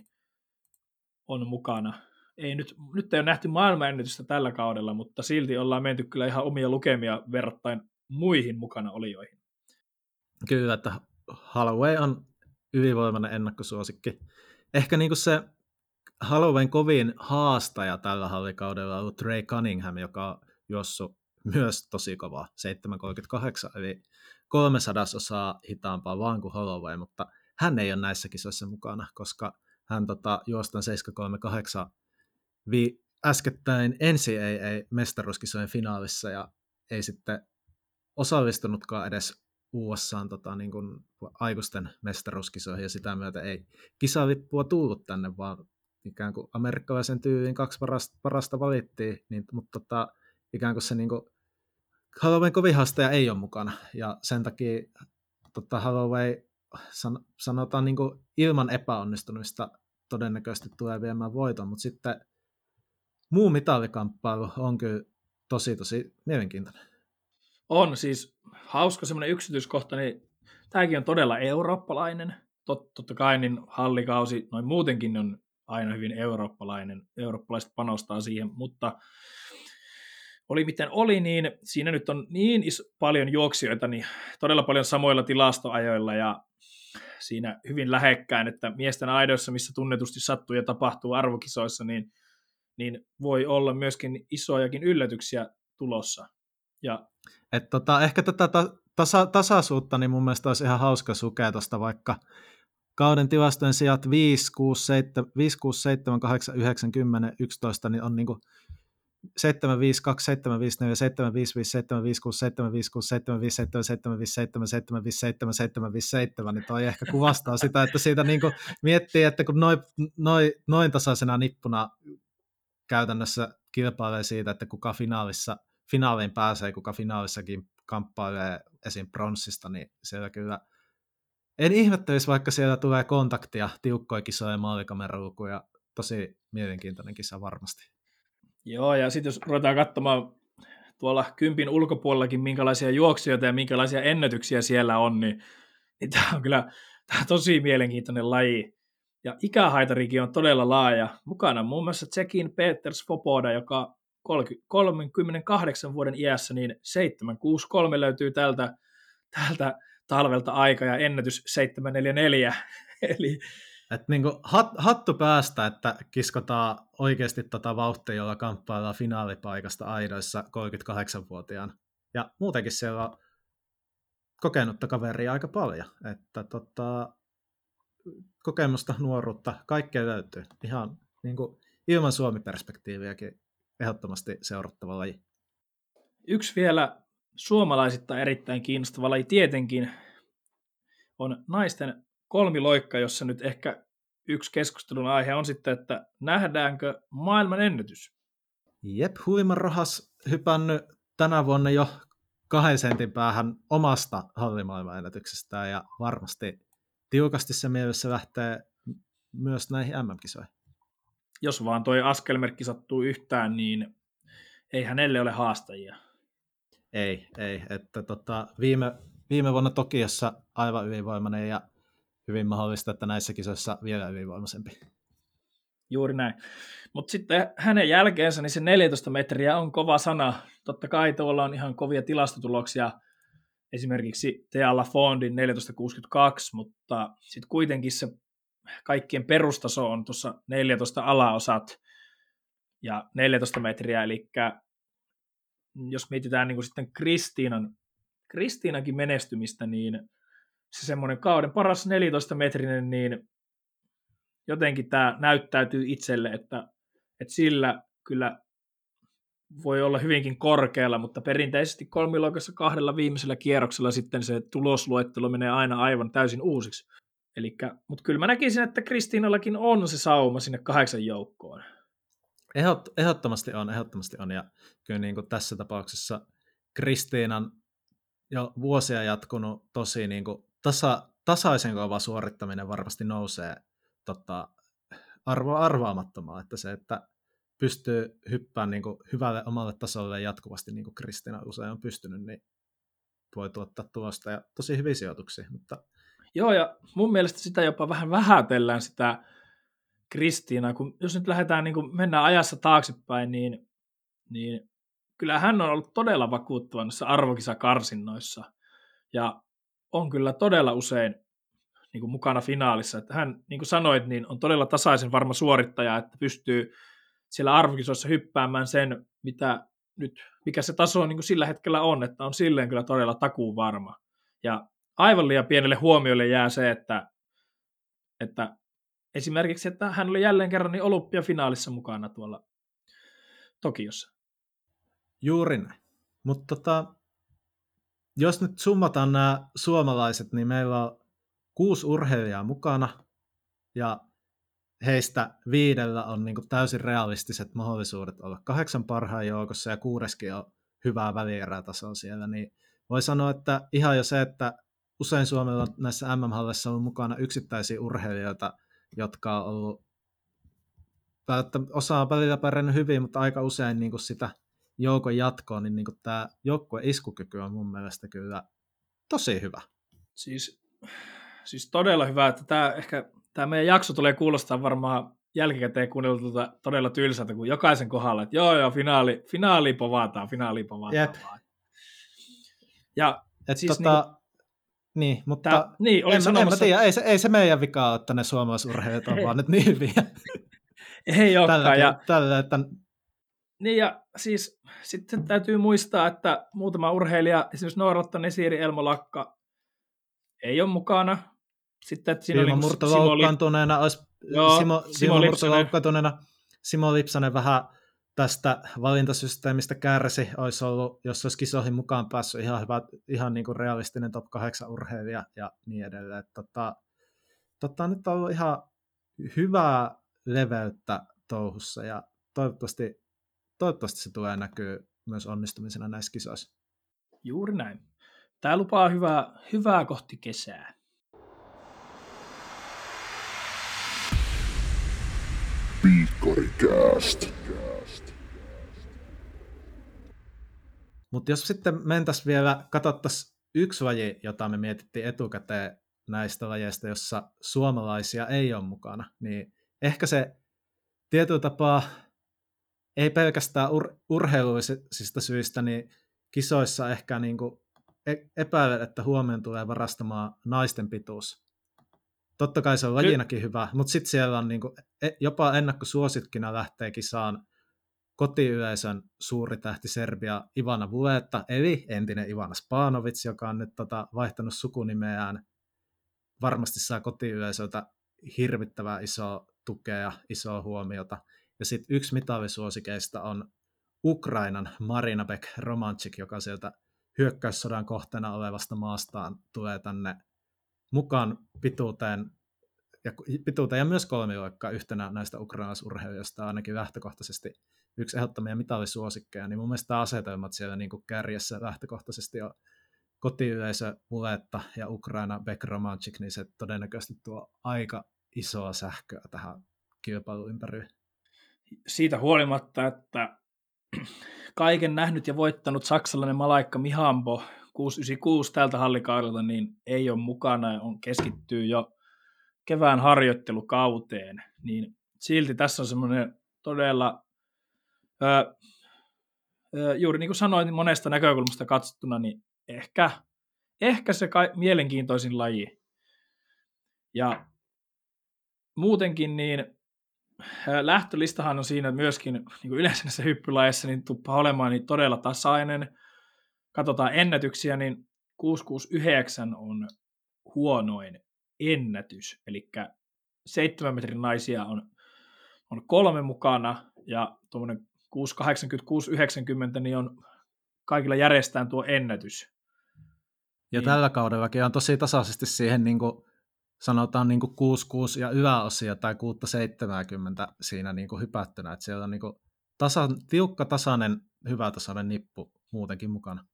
on mukana. Ei nyt, nyt ei ole nähty maailmanennätystä tällä kaudella, mutta silti ollaan menty kyllä ihan omia lukemia verrattain muihin mukana olijoihin. Kyllä, että Holloway on ylivoimainen ennakkosuosikki. Ehkä niin kuin se Hollowayn kovin haastaja tällä hallikaudella on ollut Trey Cunningham, joka on juossut myös tosi kovaa, seitsemän kolmekymmentäkahdeksan, eli kolme sadasosaa hitaampaa vaan kuin Holloway, mutta hän ei ole näissä kisoissa mukana, koska hän tota, juostan seitsemän kolmekymmentäkahdeksan vi äskettäin N C A A-mestaruuskisojen finaalissa ja ei sitten osallistunutkaan edes U S A:n tota, niin kuin aikuisten mestaruuskisoihin ja sitä myötä ei kisalippua tullut tänne, vaan ikään kuin amerikkalaisen tyyliin kaksi parasta, parasta valittiin, niin, mutta tota, ikään kuin se niin kuin Hollowayn kovin haastaja ei ole mukana ja sen takia tota, Holloway san, sanotaan niin kuin ilman epäonnistumista todennäköisesti tulee viemään voiton, mutta sitten muu mitalikamppailu on kyllä tosi tosi mielenkiintoinen. On siis hauska semmoinen yksityiskohta, niin tämäkin on todella eurooppalainen. Tot, totta kai niin hallikausi noin muutenkin on aina hyvin eurooppalainen. Eurooppalaiset panostaa siihen, mutta oli miten oli, niin siinä nyt on niin iso, paljon juoksijoita, niin todella paljon samoilla tilastoajoilla ja siinä hyvin lähekkäin, että miesten aidoissa, missä tunnetusti sattuu ja tapahtuu arvokisoissa, niin, niin voi olla myöskin isojakin yllätyksiä tulossa. Ja Et tota, ehkä tätä tasa, tasaisuutta niin mun mielestä olisi ihan hauska sukea tuosta vaikka kauden tilastojen sijat viisi, kuusi, seitsemän, kahdeksan, yhdeksän, kymmenen, yksitoista, niin on niinku seitsemän viisi kaksi, seitsemän viisi neljä, seitsemän viisi viisi, seitsemän viisi kuusi, seitsemän viisi kuusi, seitsemän viisi seitsemän, seitsemän viisi seitsemän, seitsemän viisi seitsemän, seitsemän viisi seitsemän, niin toi ehkä kuvastaa sitä, että siitä niinku miettii, että kun noin noi, noin tasaisena nippuna käytännössä kilpailee siitä, että kuka finaalissa, finaaliin pääsee, kuka finaalissakin kamppailee esim. Pronssista, niin siellä kyllä en ihmettelisi, vaikka siellä tulee kontaktia, tiukkoja kisoja, maalikameruukuja, tosi mielenkiintoinen kisa varmasti. Joo, ja sitten jos ruvetaan katsomaan tuolla kympin ulkopuolellakin, minkälaisia juoksijoita ja minkälaisia ennätyksiä siellä on, niin, niin tämä on kyllä tää on tosi mielenkiintoinen laji. Ja ikähaitarikin on todella laaja. Mukana muun muassa Tsekin Peter Svoboda, joka kolmekymmentäkahdeksan vuoden iässä, niin seitsemän kuusi kolme löytyy tältä, tältä talvelta aika ja ennätys seitsemän neljä neljä. Eli Et niinku hat, hattu päästä, että kiskotaan oikeasti tota vauhtia, jolla kamppaillaan finaalipaikasta aidoissa kolmekymmentäkahdeksanvuotiaana. Ja muutenkin siellä on kokenutta kaveria aika paljon. Että tota, kokemusta, nuoruutta, kaikkea löytyy. Ihan niinku ilman Suomi-perspektiiviäkin ehdottomasti seurattava laji. Yksi vielä suomalaisittain erittäin kiinnostava laji tietenkin on naisten kolmiloikka, jossa nyt ehkä yksi keskustelun aihe on sitten, että nähdäänkö maailman ennätys? Jep, Huiman Rohas hypännyt tänä vuonna jo kahden sentin päähän omasta hallimaailman ennätyksestään ja varmasti tiukasti se mielessä lähtee myös näihin M M-kisoihin. Jos vaan toi askelmerkki sattuu yhtään, niin ei hänelle ole haastajia. Ei, ei. Että tota, viime, viime vuonna Tokiossa aivan ylivoimainen ja hyvin mahdollista, että näissä kisoissa vielä ylivoimaisempi. Juuri näin. Mutta sitten hänen jälkeensä niin se neljätoista metriä on kova sana. Totta kai tuolla on ihan kovia tilastotuloksia, esimerkiksi Thea Lafondin neljätoista kuusikymmentäkaksi, mutta sitten kuitenkin se kaikkien perustaso on tuossa neljätoista alaosat ja neljätoista metriä, eli jos mietitään niin kuin sitten Kristiinan, Kristiinakin menestymistä, niin se semmoinen kauden paras neljätoista metrinen, niin jotenkin tämä näyttäytyy itselle, että, että sillä kyllä voi olla hyvinkin korkealla, mutta perinteisesti kolmiloikassa kahdella viimeisellä kierroksella sitten se tulosluettelo menee aina aivan täysin uusiksi. Elikkä, mutta kyllä mä näkisin, että Kristiinallakin on se sauma sinne kahdeksan joukkoon. Ehdot, ehdottomasti on, ehdottomasti on. Ja kyllä niin kuin tässä tapauksessa Kristiinan jo vuosia jatkunut tosi niin kuin tasa, tasaisen kova suorittaminen varmasti nousee tota, arvo, arvaamattomaan, että se, että pystyy hyppäämään niin kuin hyvälle omalle tasolle jatkuvasti, niin kuin Kristiina usein on pystynyt, niin voi tuottaa tulosta ja tosi hyviä sijoituksia. Mutta... Joo, ja mun mielestä sitä jopa vähän vähätellään sitä Kristiinaa, kun jos nyt lähdetään, niin kuin mennään ajassa taaksepäin, niin, niin kyllä hän on ollut todella vakuuttava noissa arvokisakarsinnoissa ja on kyllä todella usein niin kuin mukana finaalissa. Että hän, niin kuin sanoit, niin on todella tasaisen varma suorittaja, että pystyy siellä arvokisoissa hyppäämään sen, mitä nyt, mikä se taso niin kuin sillä hetkellä on, että on silleen kyllä todella takuun varma. Ja aivan liian pienelle huomiolle jää se, että, että esimerkiksi, että hän oli jälleen kerran niin olympiafinaalissa mukana tuolla Tokiossa. Juuri näin. Mutta tota, jos nyt summataan nämä suomalaiset, niin meillä on kuusi urheilijaa mukana, ja heistä viidellä on niin kuin täysin realistiset mahdollisuudet olla kahdeksan parhaan joukossa, ja kuudeskin on hyvää välierätasoa siellä, niin voi sanoa, että ihan jo se, että usein Suomella näissä M M-halleissa on mukana yksittäisiä urheilijoita, jotka on ollut, osa on välillä pärjännyt hyvin, mutta aika usein niin kuin sitä joukon jatkoa, niin, niin kuin tämä joukkueen iskukyky on mun mielestä kyllä tosi hyvä. Siis, siis todella hyvä, että tämä, ehkä, tämä meidän jakso tulee kuulostaa varmaan jälkikäteen kuunneltulta todella tylsältä, kun jokaisen kohdalla, että joo joo, finaali, finaali povataan, finaali povataan vaan. Ja Et siis tota, niin, niin, mutta tää, niin, olin en, sanomassa, en mä tiedä, ei se, ei se meidän vika ole, että ne suomalaisurheilijat on vaan nyt niin hyviä. Ei olekaan. Ja, tällä, että... Niin ja siis sitten täytyy muistaa, että muutama urheilija, esimerkiksi Noorottan Esiri Elmo Lakka, ei ole mukana. Sitten, että siinä Simo Murto loukkaantuneena olisi Joo, Simo, Simo, Simo Lipsanen. Murto loukkaantuneena. Simo Lipsanen vähän tästä valintasysteemistä kärsi, olisi ollut, jos olisi kisoihin mukaan päässyt ihan, hyvä, ihan niin kuin realistinen top kahdeksan urheilija ja niin edelleen. Tota, tota, nyt on ollut ihan hyvää leveyttä touhussa ja toivottavasti, toivottavasti se tulee näkyy myös onnistumisena näissä kisoissa. Juuri näin. Tämä lupaa hyvää, hyvää kohti kesää. Piikkarikääst. Mutta jos sitten mentäisiin vielä, katsottaisiin yksi laji, jota me mietittiin etukäteen näistä lajeista, jossa suomalaisia ei ole mukana, niin ehkä se tietyllä tapaa ei pelkästään ur- urheilullisista syistä, niin kisoissa ehkä niinku epäilen, että huomioon tulee varastamaan naisten pituus. Totta kai se on lajinakin hyvä, mutta sitten siellä on niinku, jopa ennakkosuosikkina lähtee kisaan kotiyleisön suuri tähti Serbia Ivana Vuleta, eli entinen Ivana Spanovic, joka on nyt tota vaihtanut sukunimeään. Varmasti saa kotiyleisöltä hirvittävää isoa tukea ja isoa huomiota. Ja sitten yksi mitalisuosikeista on Ukrainan Marina Bek-Romanchik, joka sieltä hyökkäyssodan kohteena olevasta maastaan tulee tänne mukaan pituuteen ja, pituuteen ja myös kolmiloikkaa yhtenä näistä ukrainalaisurheilijoista ainakin lähtökohtaisesti yksi ehdottomia mitalisuosikkeja, niin mun mielestä tämä asetelmat siellä niin kuin kärjessä lähtökohtaisesti on kotiyleisö Vuleta ja Ukraina Bek-Romanchik, niin se todennäköisesti tuo aika isoa sähköä tähän kilpailun ympäriin. Siitä huolimatta, että kaiken nähnyt ja voittanut saksalainen Malaikka Mihambo kuusi yhdeksänkymmentäkuusi tältä hallikaudelta, niin ei ole mukana ja on keskittyy jo kevään harjoittelukauteen, niin silti tässä on semmoinen todella, öö, öö, juuri niin kuin sanoin, monesta näkökulmasta katsottuna, niin ehkä, ehkä se ka- mielenkiintoisin laji. Ja muutenkin niin lähtölistahan on siinä myöskin, niin kuin yleensä näissä hyppylajeissa, niin tuppaa olemaan niin todella tasainen. Katsotaan ennätyksiä, niin kuusi kuusi yhdeksän on huonoin ennätys, eli seitsemän metrin naisia on, on kolme mukana, ja tuommoinen kuusi kahdeksankymmentä kuusi yhdeksänkymmentä niin on kaikilla järjestään tuo ennätys. Ja niin. Tällä kaudellakin on tosi tasaisesti siihen niin kuin sanotaan niin kuin kuusi kuusi ja yläosia tai kuusi seitsemänkymmentä siinä niin kuin hypättynä, että siellä on niin kuin tasa, tiukka tasainen, hyvä tasainen nippu muutenkin mukana.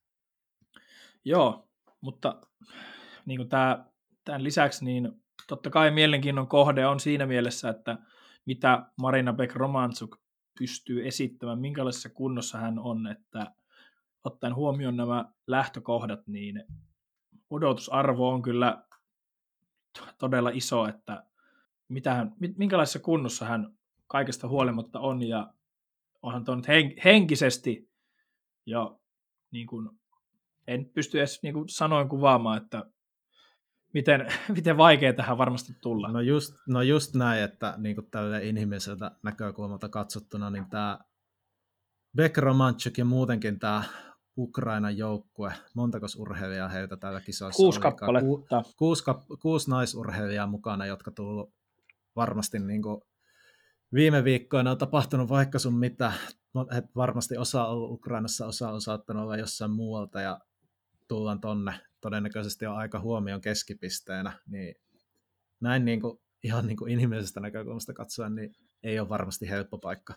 Joo, mutta niin kuin tämä, tämän lisäksi niin totta kai mielenkiinnon kohde on siinä mielessä, että mitä Marina Bek-Romanchuk pystyy esittämään, minkälaisessa kunnossa hän on, että ottaen huomioon nämä lähtökohdat, niin odotusarvo on kyllä todella iso, että mitä hän, minkälaisessa kunnossa hän kaikesta huolimatta on, ja onhan tuo nyt henkisesti ja niin kuin, en pysty edes niin kuin sanoin kuvaamaan, että miten, miten vaikea tähän varmasti tulla. No just, no just näin, että niin kuin tälle inhimilliseltä näkökulmalta katsottuna, niin tämä Bek Romanchuk ja muutenkin tämä Ukrainan joukkue, montakos urheilijaa heiltä täällä kisoissa Kuusi oli? kappaletta. Ku, kuusi, kuusi naisurheilijaa mukana, jotka tullut varmasti niin kuin viime viikkoina on tapahtunut vaikka sun mitä. He varmasti osa on ollut Ukrainassa, osa on saattanut olla jossain muualta ja tullaan tonne. Todennäköisesti on aika huomion keskipisteenä. Niin näin niin kuin, ihan niin kuin inhimillisestä näkökulmasta katsoen, niin ei ole varmasti helppo paikka.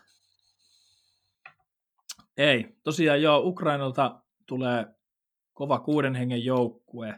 Ei. Tosiaan joo, Ukrainalta tulee kova kuuden hengen joukkue.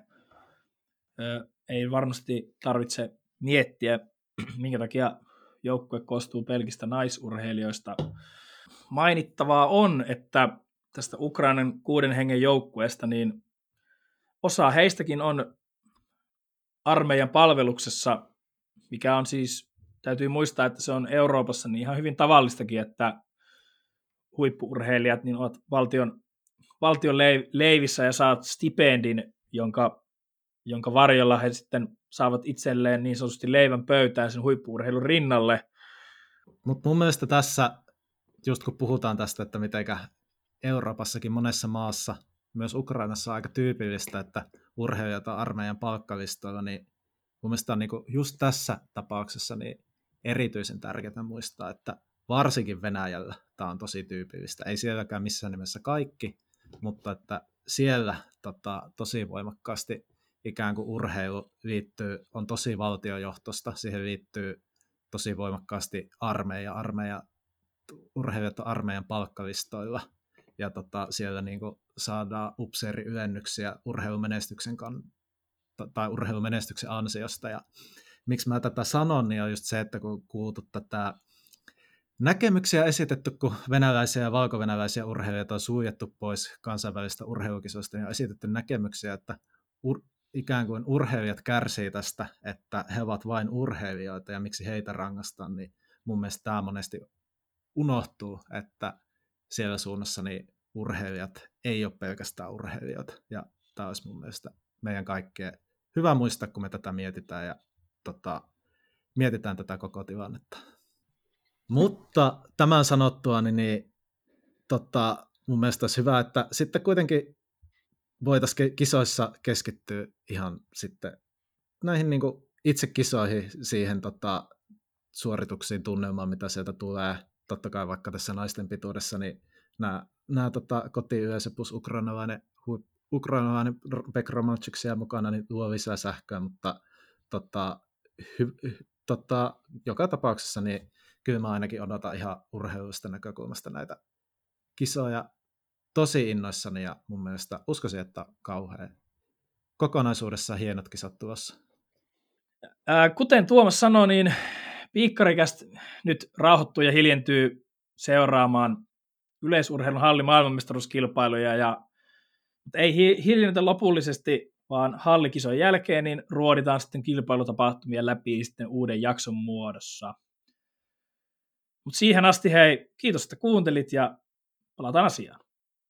Ö, ei varmasti tarvitse miettiä, minkä takia joukkue koostuu pelkistä naisurheilijoista. Mainittavaa on, että tästä Ukrainan kuuden hengen joukkueesta, niin osa heistäkin on armeijan palveluksessa, mikä on siis, täytyy muistaa, että se on Euroopassa niin ihan hyvin tavallistakin, että huippu-urheilijat niin ovat valtion, valtion leivissä ja saat stipendin, jonka, jonka varjolla he sitten saavat itselleen niin sanotusti leivän pöytään sen huippu-urheilun rinnalle. Mutta mun mielestä tässä, just kun puhutaan tästä, että mitenkä Euroopassakin monessa maassa, myös Ukrainassa on aika tyypillistä, että urheilijat on armeijan palkkalistoilla, niin mun mielestä on niinku just tässä tapauksessa niin erityisen tärkeää muistaa, että varsinkin Venäjällä tämä on tosi tyypillistä. Ei sielläkään missään nimessä kaikki, mutta että siellä tota, tosi voimakkaasti ikään kuin urheilu liittyy, on tosi valtiojohtosta, siihen liittyy tosi voimakkaasti armeija, armeija urheilijat on armeijan palkkalistoilla, ja tota, siellä niin kuin saadaan upseeriylennyksiä urheilumenestyksen, kan- tai urheilumenestyksen ansiosta, ja miksi mä tätä sanon, niin on just se, että kun kuultu tätä näkemyksiä esitetty, kun venäläisiä ja valkovenäläisiä urheilijoita on suljettu pois kansainvälisistä urheilukisoista, niin on esitetty näkemyksiä, että ur- ikään kuin urheilijat kärsii tästä, että he ovat vain urheilijoita, ja miksi heitä rangaistaan, niin mun mielestä tämä monesti unohtuu, että siellä suunnassa niin urheilijat ei ole pelkästään urheilijoita, ja tämä olisi mun mielestä meidän kaikkien hyvä muistaa, kun me tätä mietitään, ja tota, mietitään tätä koko tilannetta. Mutta tämän sanottua, niin, niin tota, mun mielestä olisi hyvä, että sitten kuitenkin voitaisiin kisoissa keskittyä ihan sitten näihin niin kuin itse kisoihin, siihen tota, suorituksiin, tunnelmaan, mitä sieltä tulee. Totta kai vaikka tässä naisten pituudessa, niin nämä, nämä tota, kotiyleisö plus ukrainalainen, ukrainalainen Bek Romanchuk siellä mukana niin luo lisää sähköä, mutta tota, hy, tota, joka tapauksessa niin kyllä mä ainakin odotan ihan urheilusta näkökulmasta näitä kisoja tosi innoissani, ja mun mielestä uskoisin, että kauhean kokonaisuudessaan hienot kisat tulossa. Ää, kuten Tuomas sanoi, niin Piikkarikäst nyt rauhoittuu ja hiljentyy seuraamaan yleisurheilun hallin maailmanmestaruuskilpailuja, ja, mutta ei hiljennetä lopullisesti, vaan hallikisojen jälkeen niin ruoditaan sitten kilpailutapahtumia läpi sitten uuden jakson muodossa. Mutta siihen asti hei, kiitos, että kuuntelit, ja palataan asiaan.